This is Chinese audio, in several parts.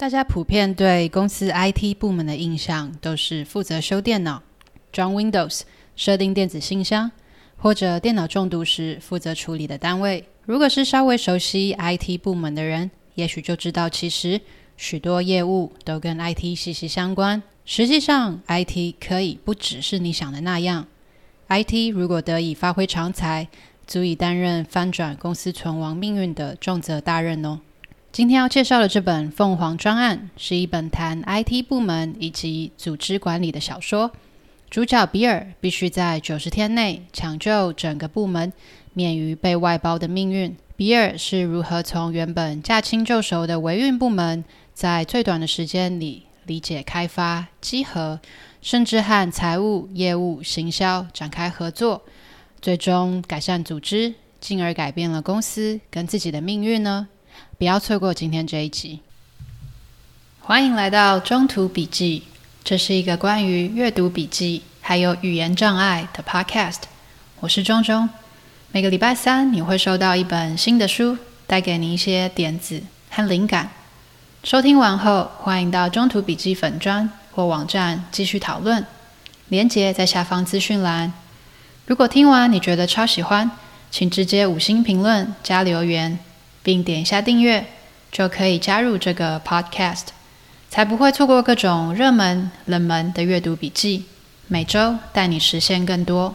大家普遍对公司 IT 部门的印象都是负责修电脑、装 Windows、设定电子信箱，或者电脑中毒时负责处理的单位。如果是稍微熟悉 IT 部门的人，也许就知道其实许多业务都跟 IT 息息相关。实际上 IT 可以不只是你想的那样， IT 如果得以发挥长才，足以担任翻转公司存亡命运的重责大任哦。今天要介绍的这本《凤凰专案》是一本谈 IT 部门以及组织管理的小说。主角比尔必须在90天内抢救整个部门免于被外包的命运。比尔是如何从原本驾轻就熟的维运部门，在最短的时间里理解开发、稽核，甚至和财务、业务、行销展开合作，最终改善组织，进而改变了公司跟自己的命运呢？不要错过今天这一集。欢迎来到中途笔记，这是一个关于阅读笔记还有语言障碍的 podcast。 我是钟钟，每个礼拜三你会收到一本新的书，带给你一些点子和灵感。收听完后，欢迎到中途笔记粉专或网站继续讨论，连结在下方资讯栏。如果听完你觉得超喜欢，请直接5星评论加留言，并点一下订阅，就可以加入这个 podcast， 才不会错过各种热门、冷门的阅读笔记，每周带你实现更多。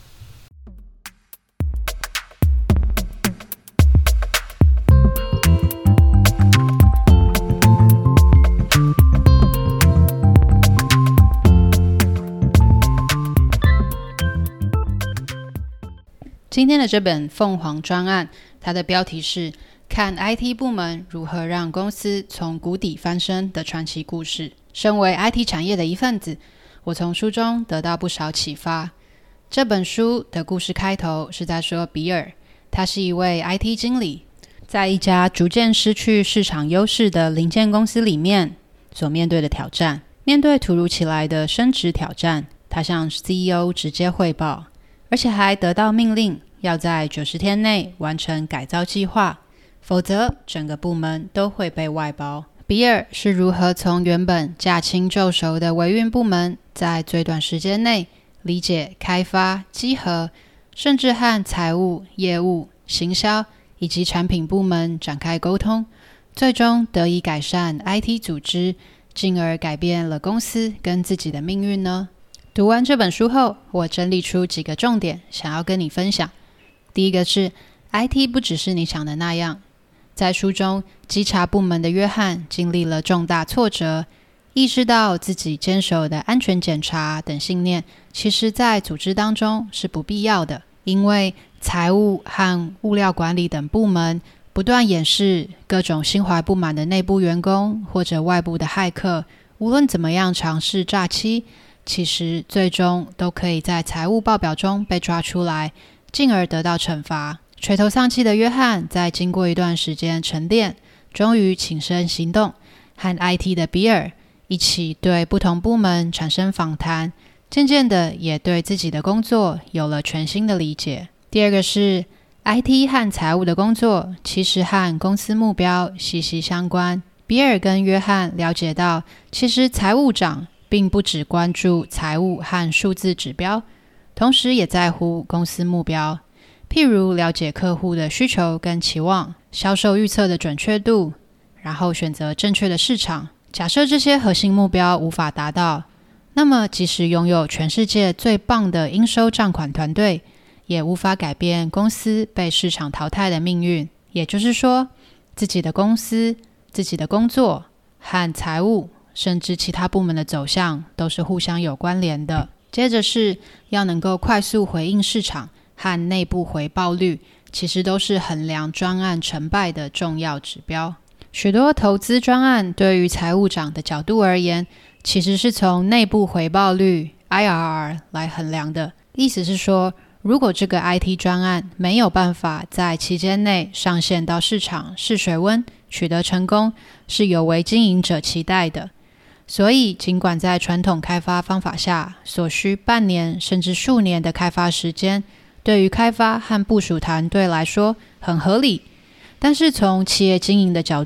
今天的这本凤凰专案，它的标题是看 IT 部门如何让公司从谷底翻身的传奇故事。身为 IT 产业的一份子，我从书中得到不少启发。这本书的故事开头是在说比尔，他是一位 IT 经理，在一家逐渐失去市场优势的零件公司里面所面对的挑战。面对突如其来的升职挑战，他向 CEO 直接汇报，而且还得到命令要在90天内完成改造计划，否则整个部门都会被外包。比尔是如何从原本驾轻就熟的维运部门，在最短时间内理解开发、稽核，甚至和财务、业务、行销以及产品部门展开沟通，最终得以改善 IT 组织，进而改变了公司跟自己的命运呢？读完这本书后，我整理出几个重点想要跟你分享。第一个是 IT 不只是你想的那样。在书中，稽查部门的约翰经历了重大挫折，意识到自己坚守的安全检查等信念，其实在组织当中是不必要的，因为财务和物料管理等部门不断掩饰各种心怀不满的内部员工或者外部的骇客，无论怎么样尝试诈欺，其实最终都可以在财务报表中被抓出来，进而得到惩罚。垂头丧气的约翰在经过一段时间沉淀，终于起身行动，和 IT 的比尔一起对不同部门产生访谈，渐渐的也对自己的工作有了全新的理解。第二个是 IT 和财务的工作其实和公司目标息息相关。比尔跟约翰了解到，其实财务长并不只关注财务和数字指标，同时也在乎公司目标，譬如了解客户的需求跟期望，销售预测的准确度，然后选择正确的市场。假设这些核心目标无法达到，那么即使拥有全世界最棒的应收账款团队，也无法改变公司被市场淘汰的命运。也就是说，自己的公司、自己的工作和财务甚至其他部门的走向都是互相有关联的。接着是要能够快速回应市场和内部回报率，其实都是衡量专案成败的重要指标。许多投资专案对于财务长的角度而言，其实是从内部回报率 IRR 来衡量的。意思是说，如果这个 IT 专案没有办法在期间内上线到市场试水温，取得成功，是有违经营者期待的。所以尽管在传统开发方法下所需半年甚至数年的开发时间，对于开发和部署团队来说很合理，但是从企业经营的角度，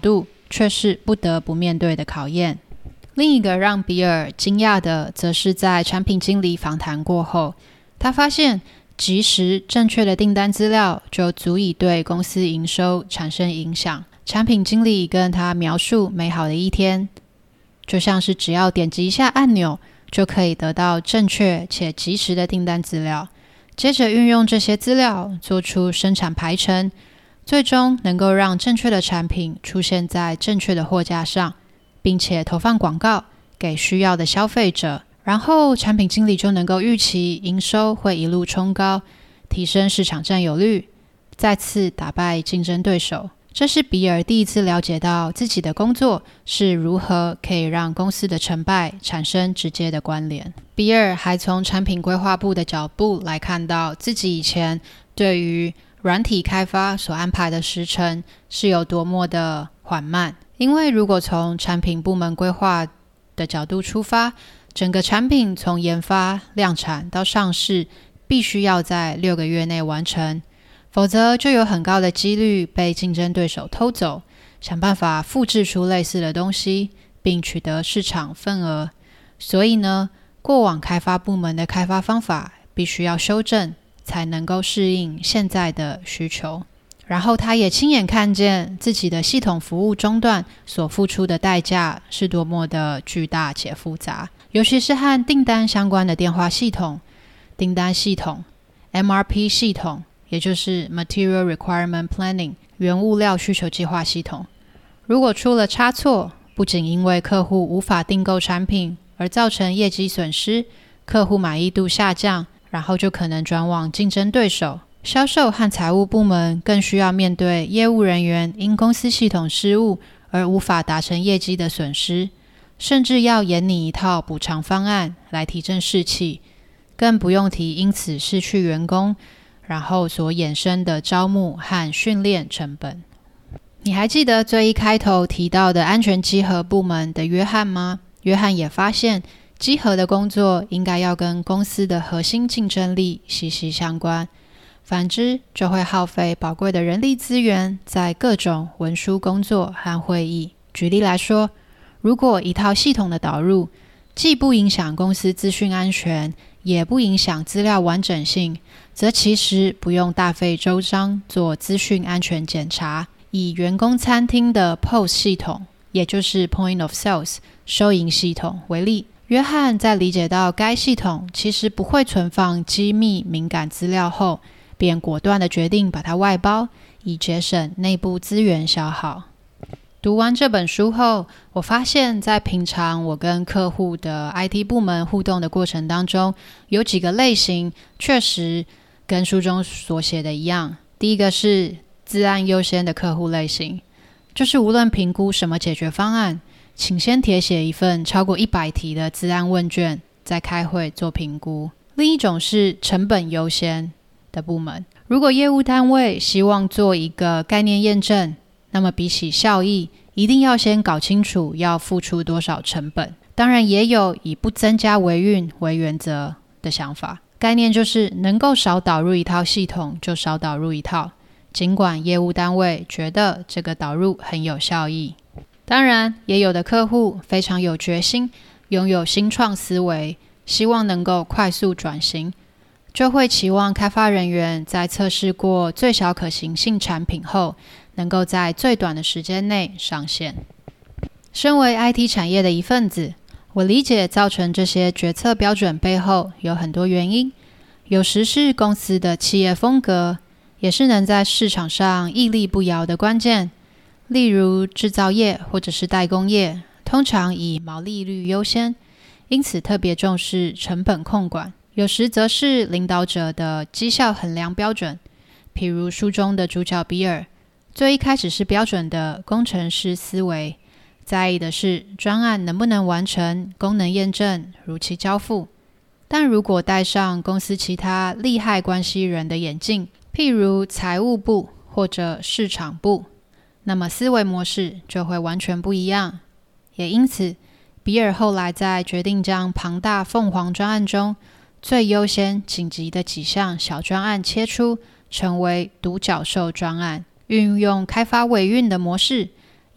却是不得不面对的考验。另一个让比尔惊讶的，则是在产品经理访谈过后，他发现及时正确的订单资料就足以对公司营收产生影响。产品经理跟他描述美好的一天，就像是只要点击一下按钮，就可以得到正确且及时的订单资料，接着运用这些资料做出生产排程，最终能够让正确的产品出现在正确的货架上，并且投放广告给需要的消费者，然后产品经理就能够预期营收会一路冲高，提升市场占有率，再次打败竞争对手。这是比尔第一次了解到自己的工作是如何可以让公司的成败产生直接的关联。比尔还从产品规划部的角度来看到自己以前对于软体开发所安排的时程是有多么的缓慢。因为如果从产品部门规划的角度出发，整个产品从研发、量产到上市必须要在6个月内完成，否则就有很高的几率被竞争对手偷走，想办法复制出类似的东西，并取得市场份额。所以呢，过往开发部门的开发方法必须要修正，才能够适应现在的需求。然后他也亲眼看见自己的系统服务中断所付出的代价是多么的巨大且复杂，尤其是和订单相关的电话系统、订单系统、MRP 系统，也就是 Material Requirement Planning 原物料需求计划系统。如果出了差错，不仅因为客户无法订购产品而造成业绩损失，客户满意度下降，然后就可能转往竞争对手。销售和财务部门更需要面对业务人员因公司系统失误而无法达成业绩的损失，甚至要研拟一套补偿方案来提振士气，更不用提因此失去员工，然后所衍生的招募和训练成本。你还记得最一开头提到的安全稽核部门的约翰吗？约翰也发现稽核的工作应该要跟公司的核心竞争力息息相关，反之就会耗费宝贵的人力资源在各种文书工作和会议。举例来说，如果一套系统的导入既不影响公司资讯安全，也不影响资料完整性，则其实不用大费周章做资讯安全检查。以员工餐厅的 POS 系统，也就是 Point of Sales 收银系统为例，约翰在理解到该系统其实不会存放机密敏感资料后，便果断地决定把它外包，以节省内部资源消耗。读完这本书后，我发现在平常我跟客户的 IT 部门互动的过程当中，有几个类型确实跟书中所写的一样。第一个是资安优先的客户类型，就是无论评估什么解决方案，请先填写一份超过100题的资安问卷，再开会做评估。另一种是成本优先的部门，如果业务单位希望做一个概念验证，那么比起效益，一定要先搞清楚要付出多少成本。当然也有以不增加维运为原则的想法，概念就是能够少导入一套系统就少导入一套，尽管业务单位觉得这个导入很有效益。当然也有的客户非常有决心，拥有新创思维，希望能够快速转型，就会期望开发人员在测试过最小可行性产品后，能够在最短的时间内上线。身为 IT 产业的一份子，我理解造成这些决策标准背后有很多原因，有时是公司的企业风格，也是能在市场上屹立不摇的关键。例如制造业或者是代工业，通常以毛利率优先，因此特别重视成本控管。有时则是领导者的绩效衡量标准，譬如书中的主角比尔，最一开始是标准的工程师思维，在意的是专案能不能完成，功能验证，如期交付。但如果戴上公司其他利害关系人的眼镜，譬如财务部或者市场部，那么思维模式就会完全不一样。也因此，比尔后来在决定将庞大凤凰专案中最优先紧急的几项小专案切出，成为独角兽专案，运用开发维运的模式，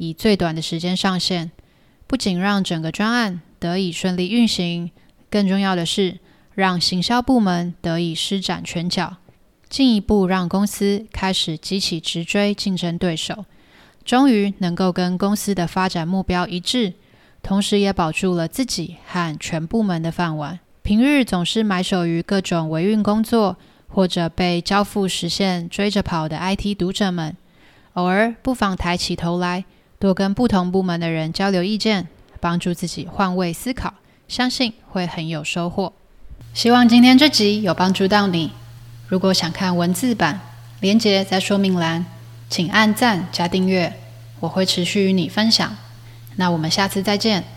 以最短的时间上线，不仅让整个专案得以顺利运行，更重要的是让行销部门得以施展拳脚，进一步让公司开始急起直追竞争对手，终于能够跟公司的发展目标一致，同时也保住了自己和全部门的饭碗。平日总是埋首于各种维运工作，或者被交付实现追着跑的 IT 读者们，偶尔不妨抬起头来，多跟不同部门的人交流意见，帮助自己换位思考，相信会很有收获。希望今天这集有帮助到你。如果想看文字版，连结在说明栏，请按赞加订阅，我会持续与你分享。那我们下次再见。